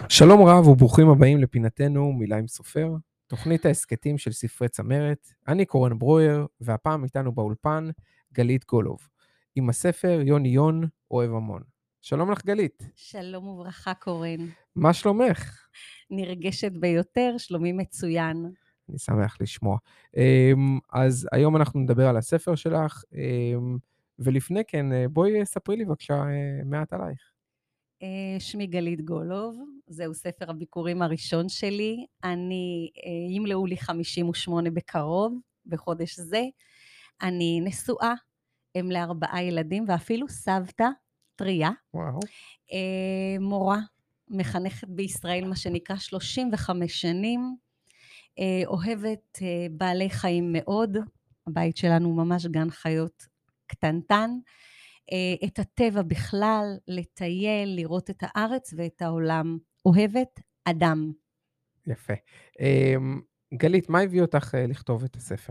שלום רב וברוכים הבאים לפינתנו מילה עם סופר, תוכנית ההסקטים של ספרי צמרת. אני קורן ברויר, והפעם איתנו באולפן גלית גולוב, עם הספר יוני יון אוהב המון. שלום לך גלית. שלום וברכה קורן. מה שלומך? נרגשת ביותר, שלומי מצוין. אני שמח לשמוע. אז היום אנחנו נדבר על הספר שלך, ולפני כן בואי ספרי לי בבקשה מעט עלייך. שמי גלית גולוב, זהו ספר הביקורים הראשון שלי. ימלאו לי 58 בקרוב, בחודש זה. אני נשואה, אם ל4 ילדים, ואפילו סבתא טריה. וואו. מורה, מחנכת בישראל, מה שנקרא 35 שנים. אוהבת בעלי חיים מאוד. הבית שלנו ממש גן חיות קטנטן. את הטבע בכלל, לטייל, לראות את הארץ ואת העולם. אוהבת אדם. יפה. גלית, מה הביא אותך לכתוב את הספר?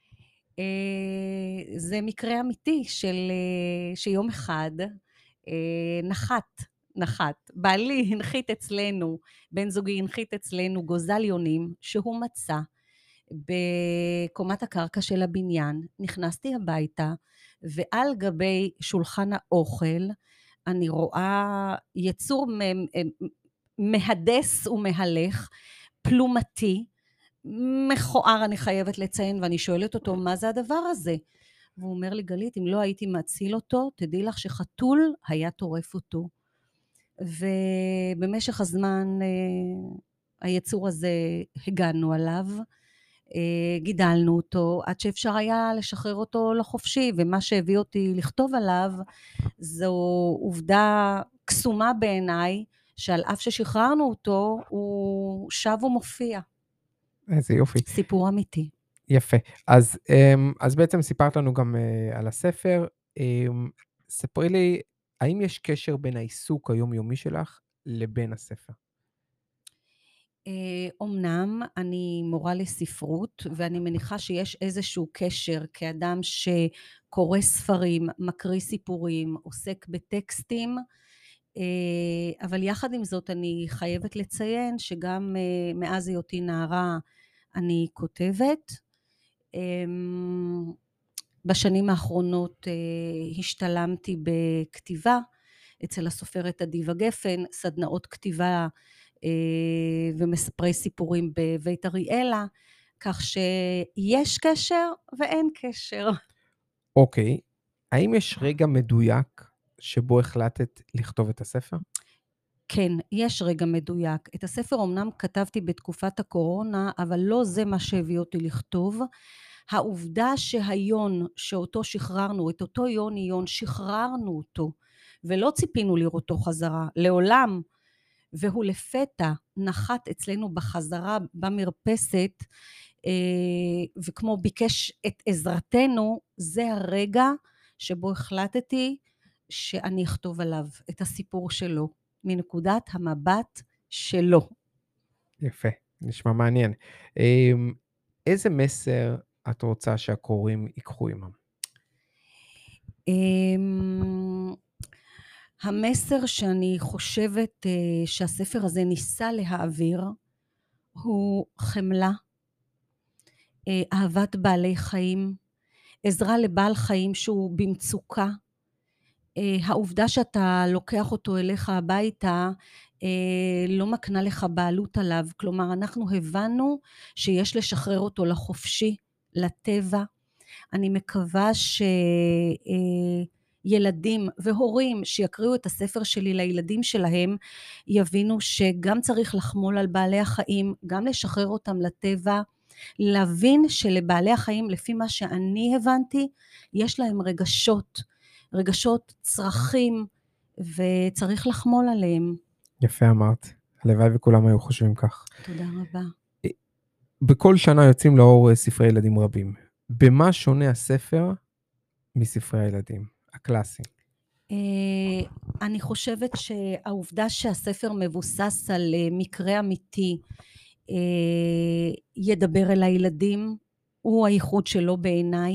זה מקרה אמיתי שיום אחד נחת. בעלי הנחית אצלנו, בן זוגי הנחית אצלנו גוזל יונים שהוא מצא בקומת הקרקע של הבניין. נכנסתי הביתה, ועל גבי שולחן האוכל אני רואה יצור מהדס ומהלך, פלומתי, מכוער אני חייבת לציין, ואני שואלת אותו מה זה הדבר הזה? והוא אומר לי, גלית, אם לא הייתי מציל אותו, תדעי לך שחתול היה טורף אותו. ובמשך הזמן היצור הזה הגענו עליו, גידלנו אותו עד שאפשר היה לשחרר אותו לחופשי, ומה שהביא אותי לכתוב עליו זו עובדה קסומה בעיניי, שעל אף ששחררנו אותו הוא שב ומופיע. איזה יופי. סיפור אמיתי. יפה. אז בעצם סיפרת לנו גם על הספר. ספרי לי, האם יש קשר בין העיסוק היומיומי שלך לבין הספר? אמנם אני מורה לספרות, ואני מניחה שיש איזשהו קשר כאדם שקורא ספרים, מקריא סיפורים, עוסק בטקסטים, אבל יחד עם זאת אני חייבת לציין שגם מאז היותי נערה אני כותבת. בשנים האחרונות השתלמתי בכתיבה אצל הסופרת אדיבה גפן, סדנאות כתיבה ומספרי סיפורים בבית אריאלה, כך שיש קשר ואין קשר. אוקיי. האם יש רגע מדויק שבו החלטת לכתוב את הספר? כן, יש רגע מדויק. את הספר אמנם כתבתי בתקופת הקורונה, אבל לא זה מה שהביא אותי לכתוב. העובדה שהיון שאותו שחררנו, את אותו יוני יון, שחררנו אותו, ולא ציפינו לראותו חזרה, לעולם, והוא לפתע נחת אצלנו בחזרה במרפסת, וכמו ביקש את עזרתנו, זה הרגע שבו החלטתי שאני אכתוב עליו את הסיפור שלו, מנקודת המבט שלו. יפה, נשמע מעניין. איזה מסר את רוצה שהקוראים ייקחו עמם? המסר שאני חושבת שהספר הזה ניסה להעביר הוא חמלה, אהבת בעלי חיים, עזרה לבעל חיים שהוא במצוקה, העובדה שאתה לוקח אותו אליך הביתה לא מקנה לך בעלות עליו, כלומר אנחנו הבנו שיש לשחרר אותו לחופשי, לטבע. אני מקווה ילדים והורים שיקריאו את הספר שלי לילדים שלהם יבינו שגם צריך לחמול על בעלי החיים, גם לשחרר אותם לטבע, להבין שלבעלי החיים לפי מה שאני הבנתי יש להם רגשות, צרכים, וצריך לחמול עליהם. יפה אמרת, הלוואי וכולם היו חושבים כך. תודה רבה. בכל שנה יוצאים לאור ספרי ילדים רבים. במה שונה הספר מספרי הילדים הקלאסיים? אני חושבת שהעובדה שהספר מבוסס על מקרה אמיתי, ידבר אל הילדים, הוא הייחוד שלו בעיניי.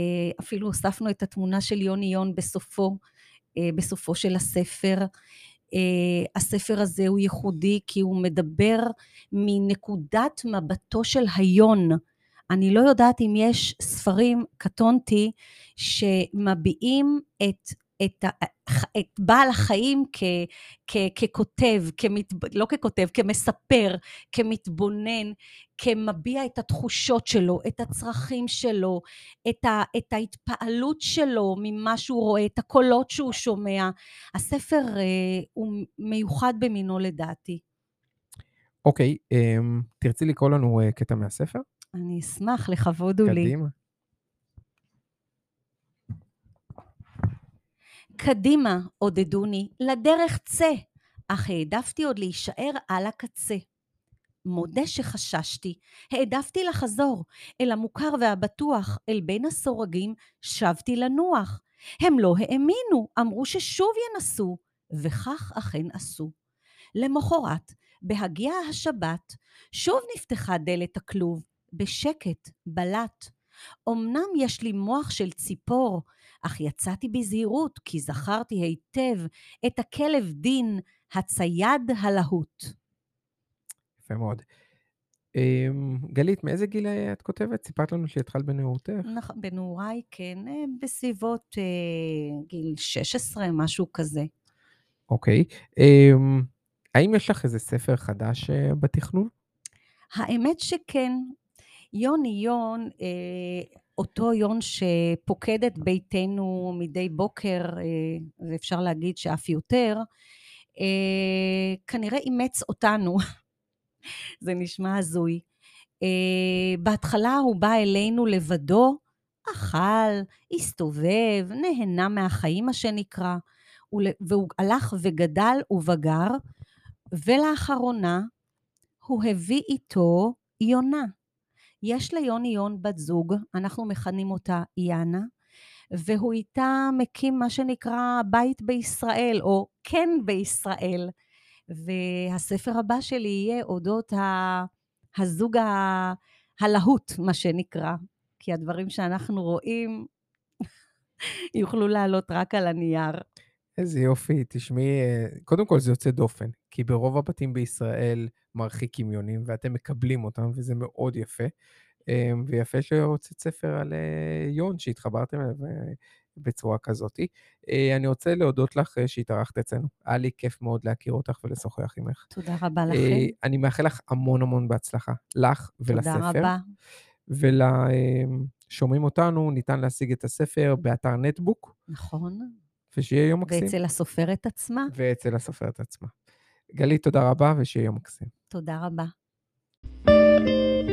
אפילו הוספנו את התמונה של יוני יון בסופו של הספר. הספר הזה הוא ייחודי כי הוא מדבר מנקודת מבטו של היון. אני לא יודעת אם יש ספרים, קטונתי, שמביעים את בעל החיים ככותב, לא ככותב, כמספר, כמתבונן, כמביע את התחושות שלו, את הצרכים שלו, את ההתפעלות שלו ממה שהוא רואה, את הקולות שהוא שומע. הספר הוא מיוחד במינו לדעתי. אוקיי, תרצי לקרוא לנו קטע מהספר? אני אשמח, לכבוד הוא לי. קדימה. קדימה, עודדוני, לדרך צא, אך העדפתי עוד להישאר על הקצה. מודה שחששתי, העדפתי לחזור, אל המוכר והבטוח, אל בין הסורגים, שבתי לנוח. הם לא האמינו, אמרו ששוב ינסו, וכך אכן עשו. למחרת, בהגיע השבת, שוב נפתחה דלת הכלוב, בשקט, בלט. אמנם יש לי מוח של ציפור, אך יצאתי בזהירות, כי זכרתי היטב את הכלב דין, הצייד הלהוט. יפה מאוד. גלית, מאיזה גיל את כותבת? סיפרת לנו שהתחלת בנעורותך. בנעוריי, כן, בסביבות גיל 16, משהו כזה. אוקיי. האם יש לך איזה ספר חדש בתכנון? האמת שכן. יון, אותו יון שפוקד את ביתנו מדי בוקר, ואפשר להגיד שאף יותר, כנראה אימץ אותנו. זה נשמע הזוי. בהתחלה הוא בא אלינו לבדו, אכל, הסתובב, נהנה מהחיים מה שנקרא, והוא הלך וגדל ובגר, ולאחרונה הוא הביא איתו יונה. יש ליון בת זוג, אנחנו מכנים אותה יאנה, והוא איתה מקים מה שנקרא בית בישראל, או כן בישראל. והספר הבא שלי יהיה אודות הזוג הלהוט, מה שנקרא, כי הדברים שאנחנו רואים יוכלו לעלות רק על הנייר. איזה יופי, תשמעי, קודם כל זה יוצא דופן, כי ברוב הבתים בישראל מרחיקים יונים, ואתם מקבלים אותם, וזה מאוד יפה. ויפה שהוצאת ספר על יון שהתחברתם אליו בצורה כזאת. אני רוצה להודות לך שהתארחת אצלנו. היה לי כיף מאוד להכיר אותך ולשוחח עמך. תודה רבה לכם. אני מאחל לך המון המון בהצלחה, לך ולספר. תודה רבה. ולשומעים אותנו, ניתן להשיג את הספר באתר נטבוק. נכון. ושיהיה יום מקסים. ואצל הסופרת עצמה. ואצל הסופרת עצמה. גלית, תודה רבה ושיהיה יום מקסים. תודה רבה.